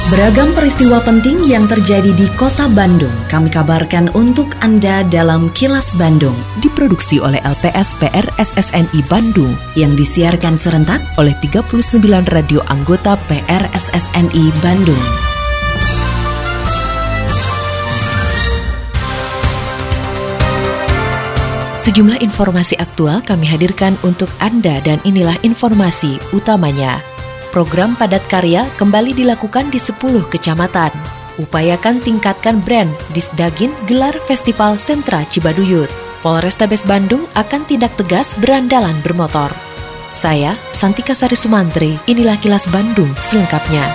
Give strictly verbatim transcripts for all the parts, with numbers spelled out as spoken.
Beragam peristiwa penting yang terjadi di Kota Bandung kami kabarkan untuk Anda dalam Kilas Bandung. Diproduksi oleh L P S P R S S N I Bandung yang disiarkan serentak oleh tiga puluh sembilan radio anggota P R S S N I Bandung. Sejumlah informasi aktual kami hadirkan untuk Anda dan inilah informasi utamanya. Program padat karya kembali dilakukan di sepuluh kecamatan. Upayakan tingkatkan brand, Disdagin gelar Festival Sentra Cibaduyut. Polrestabes Bandung akan tindak tegas berandalan bermotor. Saya, Santika Sari Sumantri, inilah Kilas Bandung selengkapnya.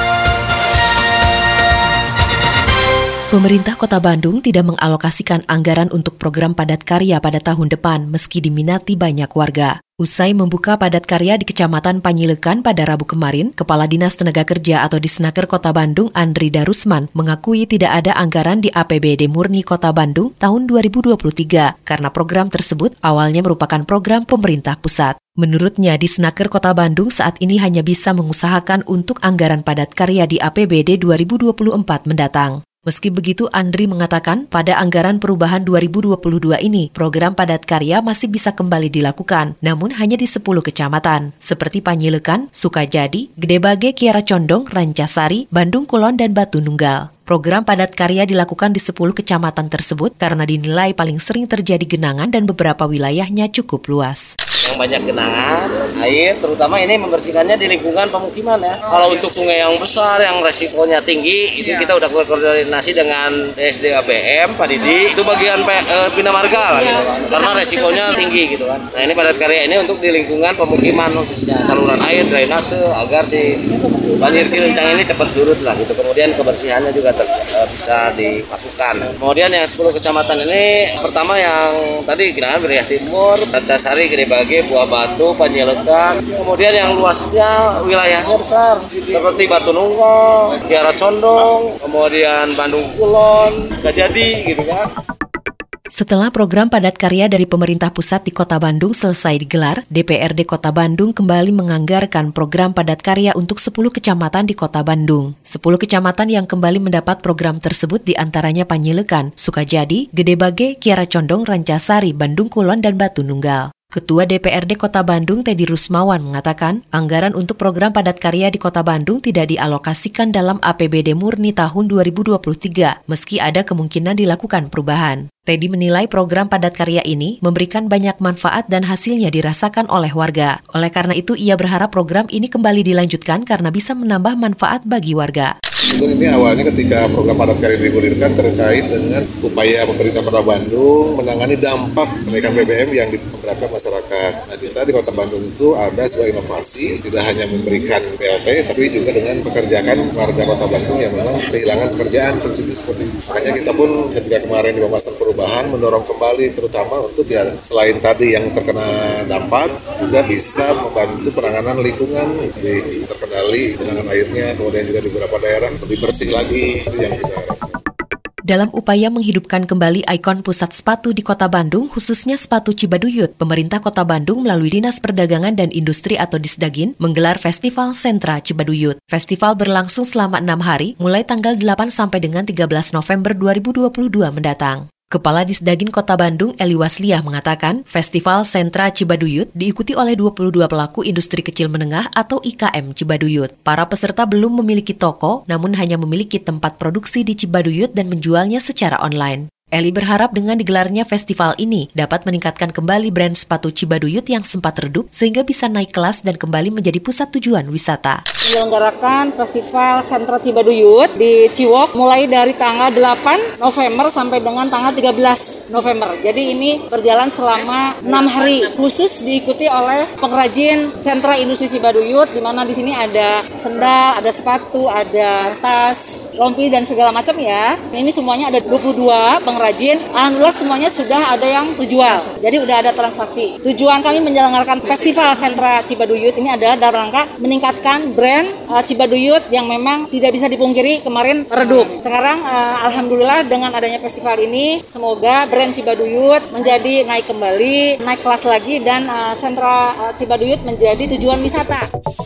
Pemerintah Kota Bandung tidak mengalokasikan anggaran untuk program padat karya pada tahun depan meski diminati banyak warga. Usai membuka padat karya di Kecamatan Panyilekan pada Rabu kemarin, Kepala Dinas Tenaga Kerja atau Disnaker Kota Bandung Andri Darusman mengakui tidak ada anggaran di A P B D murni Kota Bandung tahun dua ribu dua puluh tiga karena program tersebut awalnya merupakan program pemerintah pusat. Menurutnya, Disnaker Kota Bandung saat ini hanya bisa mengusahakan untuk anggaran padat karya di A P B D dua ribu dua puluh empat mendatang. Meski begitu, Andri mengatakan pada anggaran perubahan dua ribu dua puluh dua ini, program padat karya masih bisa kembali dilakukan, namun hanya di sepuluh kecamatan, seperti Panyilekan, Sukajadi, Gedebage, Kiara Condong, Rancasari, Bandung Kulon, dan Batu Nunggal. Program padat karya dilakukan di sepuluh kecamatan tersebut karena dinilai paling sering terjadi genangan dan beberapa wilayahnya cukup luas. Yang banyak genangan, air, terutama ini membersihkannya di lingkungan pemukiman ya. Kalau untuk sungai yang besar, yang resikonya tinggi, itu kita udah koordinasi dengan D S D A B M, Pak Didi, itu bagian eh, Bina Marga lah, gitu kan. Karena resikonya tinggi gitu kan. Nah ini padat karya ini untuk di lingkungan pemukiman khususnya saluran air, drainase, agar si banjir Cilencang ini cepat surut lah gitu. Kemudian kebersihannya juga ter, eh, bisa dilakukan. Kemudian yang sepuluh kecamatan ini, pertama yang tadi genangan Wilayah Timur, Rancasari, Gedebage, Buah Batu, Panyilekan, kemudian yang luasnya wilayahnya besar seperti Batu Nunggal, Kiara Condong, kemudian Bandung Kulon, Sukajadi gitu kan. Setelah program padat karya dari pemerintah pusat di Kota Bandung selesai digelar, D P R D Kota Bandung kembali menganggarkan program padat karya untuk sepuluh kecamatan di Kota Bandung. sepuluh kecamatan yang kembali mendapat program tersebut diantaranya Panyilekan, Sukajadi, Gedebage, Kiara Condong, Rancasari, Bandung Kulon, dan Batu Nunggal. Ketua D P R D Kota Bandung Teddy Rusmawan mengatakan, anggaran untuk program padat karya di Kota Bandung tidak dialokasikan dalam A P B D murni tahun dua ribu dua puluh tiga, meski ada kemungkinan dilakukan perubahan. Teddy menilai program padat karya ini memberikan banyak manfaat dan hasilnya dirasakan oleh warga. Oleh karena itu, ia berharap program ini kembali dilanjutkan karena bisa menambah manfaat bagi warga. Ini awalnya ketika program padat karya digulirkan terkait dengan upaya pemerintah Kota Bandung menangani dampak kenaikan B B M yang diberatkan masyarakat. Nah, kita di Kota Bandung itu ada sebuah inovasi, tidak hanya memberikan P L T, tapi juga dengan pekerjakan warga Kota Bandung yang memang kehilangan pekerjaan, prinsip seperti itu. Makanya kita pun ketika kemarin di pembahasan perubahan mendorong kembali terutama untuk ya selain tadi yang terkena dampak, juga bisa membantu penanganan lingkungan, lebih terkendali genangan airnya, kemudian juga di beberapa daerah lebih bersih lagi, itu yang kita harapkan. Dalam upaya menghidupkan kembali ikon pusat sepatu di Kota Bandung, khususnya sepatu Cibaduyut, pemerintah Kota Bandung melalui Dinas Perdagangan dan Industri atau Disdagin menggelar Festival Sentra Cibaduyut. Festival berlangsung selama enam hari, mulai tanggal delapan sampai dengan tiga belas November dua ribu dua puluh dua mendatang. Kepala Disdagin Kota Bandung, Eli Wasliah, mengatakan Festival Sentra Cibaduyut diikuti oleh dua puluh dua pelaku industri kecil menengah atau I K M Cibaduyut. Para peserta belum memiliki toko, namun hanya memiliki tempat produksi di Cibaduyut dan menjualnya secara online. Eli berharap dengan digelarnya festival ini dapat meningkatkan kembali brand sepatu Cibaduyut yang sempat redup sehingga bisa naik kelas dan kembali menjadi pusat tujuan wisata. Menyelenggarakan Festival Sentra Cibaduyut di Ciwok mulai dari tanggal delapan November sampai dengan tanggal tiga belas November. Jadi ini berjalan selama enam hari, khusus diikuti oleh pengrajin Sentra Industri Cibaduyut, di mana di sini ada sendal, ada sepatu, ada tas, rompi dan segala macam ya. Ini semuanya ada dua puluh dua pengrajin. Pengrajin, alhamdulillah semuanya sudah ada yang terjual. Jadi udah ada transaksi. Tujuan kami menyelenggarakan Festival Sentra Cibaduyut ini adalah dalam rangka meningkatkan brand uh, Cibaduyut yang memang tidak bisa dipungkiri kemarin redup. Sekarang uh, alhamdulillah dengan adanya festival ini, semoga brand Cibaduyut menjadi naik kembali, naik kelas lagi dan uh, Sentra uh, Cibaduyut menjadi tujuan wisata.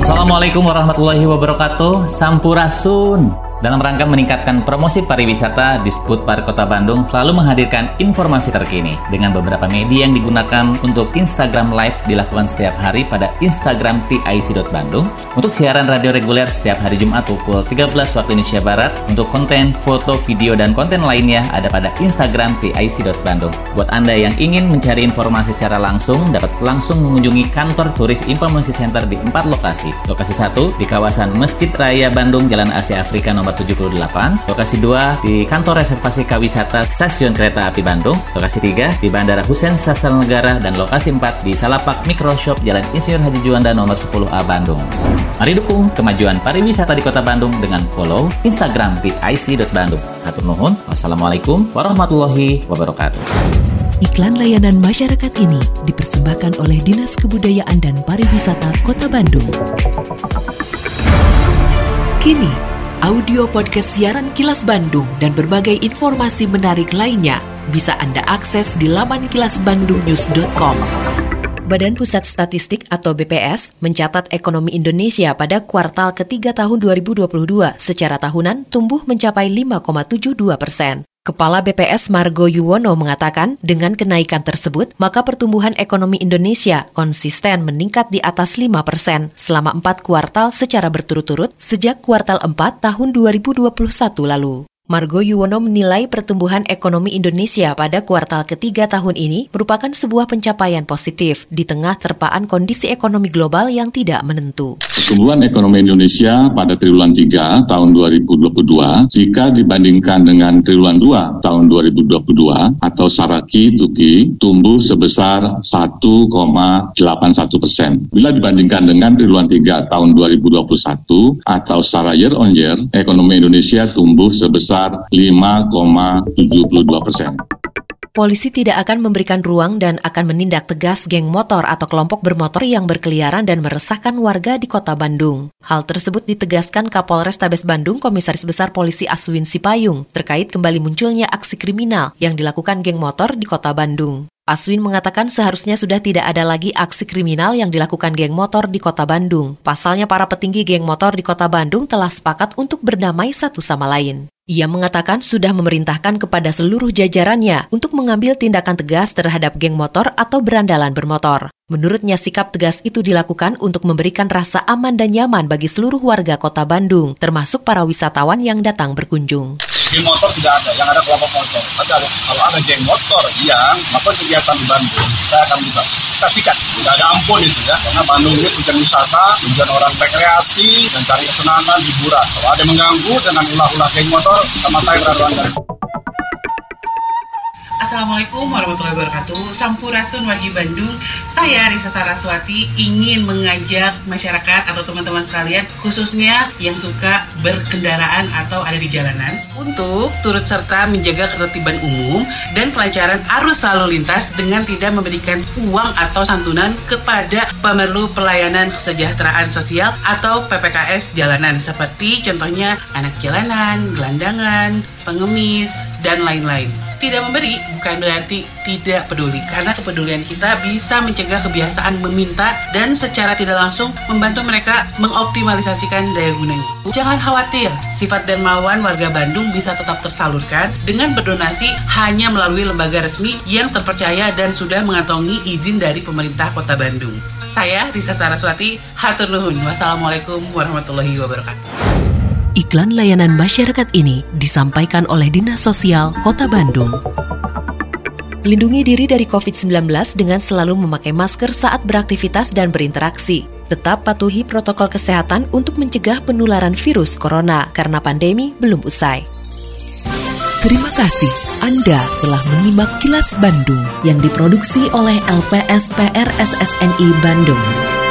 Assalamualaikum warahmatullahi wabarakatuh. Sampurasun. Dalam rangka meningkatkan promosi pariwisata, Disput Pari Kota Bandung selalu menghadirkan informasi terkini dengan beberapa media yang digunakan untuk Instagram Live dilakukan setiap hari pada Instagram T I C dot bandung. Untuk siaran radio reguler setiap hari Jumat pukul tiga belas waktu Indonesia Barat. Untuk konten, foto, video, dan konten lainnya ada pada Instagram T I C dot bandung. Buat Anda yang ingin mencari informasi secara langsung, dapat langsung mengunjungi kantor Turis Informasi Center di empat lokasi. Lokasi satu di kawasan Masjid Raya Bandung, Jalan Asia Afrika nomor tujuh puluh delapan. Lokasi dua di kantor reservasi Kawisata Stasiun Kereta Api Bandung. Lokasi tiga di Bandara Hussein Sastra Negara. Dan lokasi empat di Salapak Microshop Jalan Insinyur Haji Juanda nomor sepuluh A Bandung. Mari dukung kemajuan pariwisata di Kota Bandung dengan follow Instagram T I C dot bandung. Hatur nuhun. Wassalamualaikum warahmatullahi wabarakatuh. Iklan layanan masyarakat ini dipersembahkan oleh Dinas Kebudayaan dan Pariwisata Kota Bandung. Kini, audio podcast siaran Kilas Bandung dan berbagai informasi menarik lainnya bisa Anda akses di laman kilas bandung news dot com. Badan Pusat Statistik atau B P S mencatat ekonomi Indonesia pada kuartal ketiga tahun dua ribu dua puluh dua secara tahunan tumbuh mencapai lima koma tujuh dua persen. Kepala B P S Margo Yuwono mengatakan dengan kenaikan tersebut, maka pertumbuhan ekonomi Indonesia konsisten meningkat di atas lima persen selama empat kuartal secara berturut-turut sejak kuartal empat tahun dua ribu dua puluh satu lalu. Margo Yuwono menilai pertumbuhan ekonomi Indonesia pada kuartal ketiga tahun ini merupakan sebuah pencapaian positif di tengah terpaan kondisi ekonomi global yang tidak menentu. Pertumbuhan ekonomi Indonesia pada triwulan tiga tahun dua ribu dua puluh dua jika dibandingkan dengan triwulan dua tahun dua ribu dua puluh dua atau secara Q to Q tumbuh sebesar satu koma delapan satu persen. Bila dibandingkan dengan triwulan tiga tahun dua ribu dua puluh satu atau secara year on year, ekonomi Indonesia tumbuh sebesar lima koma tujuh dua persen. Polisi tidak akan memberikan ruang dan akan menindak tegas geng motor atau kelompok bermotor yang berkeliaran dan meresahkan warga di Kota Bandung. Hal tersebut ditegaskan Kapolrestabes Bandung Komisaris Besar Polisi Aswin Sipayung terkait kembali munculnya aksi kriminal yang dilakukan geng motor di Kota Bandung. Aswin mengatakan seharusnya sudah tidak ada lagi aksi kriminal yang dilakukan geng motor di Kota Bandung. Pasalnya para petinggi geng motor di Kota Bandung telah sepakat untuk berdamai satu sama lain. Ia mengatakan sudah memerintahkan kepada seluruh jajarannya untuk mengambil tindakan tegas terhadap geng motor atau berandalan bermotor. Menurutnya sikap tegas itu dilakukan untuk memberikan rasa aman dan nyaman bagi seluruh warga Kota Bandung, termasuk para wisatawan yang datang berkunjung. Geng motor tidak ada, yang ada kelompok motor. Tapi ada, kalau ada geng motor yang melakukan kegiatan di Bandung, saya akan bebas. Kita sikat, tidak ada ampun itu ya. Karena Bandung ini tujuan wisata, tujuan orang rekreasi, dan cari kesenangan, hiburan. Kalau ada yang mengganggu dengan ulah-ulah geng motor, sama saya beradu Anda. Assalamualaikum warahmatullahi wabarakatuh. Sampurasun Wagi Bandung. Saya Risa Saraswati ingin mengajak masyarakat atau teman-teman sekalian, khususnya yang suka berkendaraan atau ada di jalanan, untuk turut serta menjaga ketertiban umum dan kelancaran arus lalu lintas dengan tidak memberikan uang atau santunan kepada pemerlu pelayanan kesejahteraan sosial atau P P K S jalanan, seperti contohnya anak jalanan, gelandangan, pengemis, dan lain-lain. Tidak memberi bukan berarti tidak peduli, karena kepedulian kita bisa mencegah kebiasaan meminta dan secara tidak langsung membantu mereka mengoptimalisasikan daya gunanya. Jangan khawatir, sifat dermawan warga Bandung bisa tetap tersalurkan dengan berdonasi hanya melalui lembaga resmi yang terpercaya dan sudah mengantongi izin dari pemerintah Kota Bandung. Saya Risa Saraswati, hatur nuhun. Wassalamualaikum warahmatullahi wabarakatuh. Iklan layanan masyarakat ini disampaikan oleh Dinas Sosial Kota Bandung. Lindungi diri dari covid sembilan belas dengan selalu memakai masker saat beraktivitas dan berinteraksi. Tetap patuhi protokol kesehatan untuk mencegah penularan virus corona karena pandemi belum usai. Terima kasih Anda telah menyimak Kilas Bandung yang diproduksi oleh L P S P R S S N I Bandung.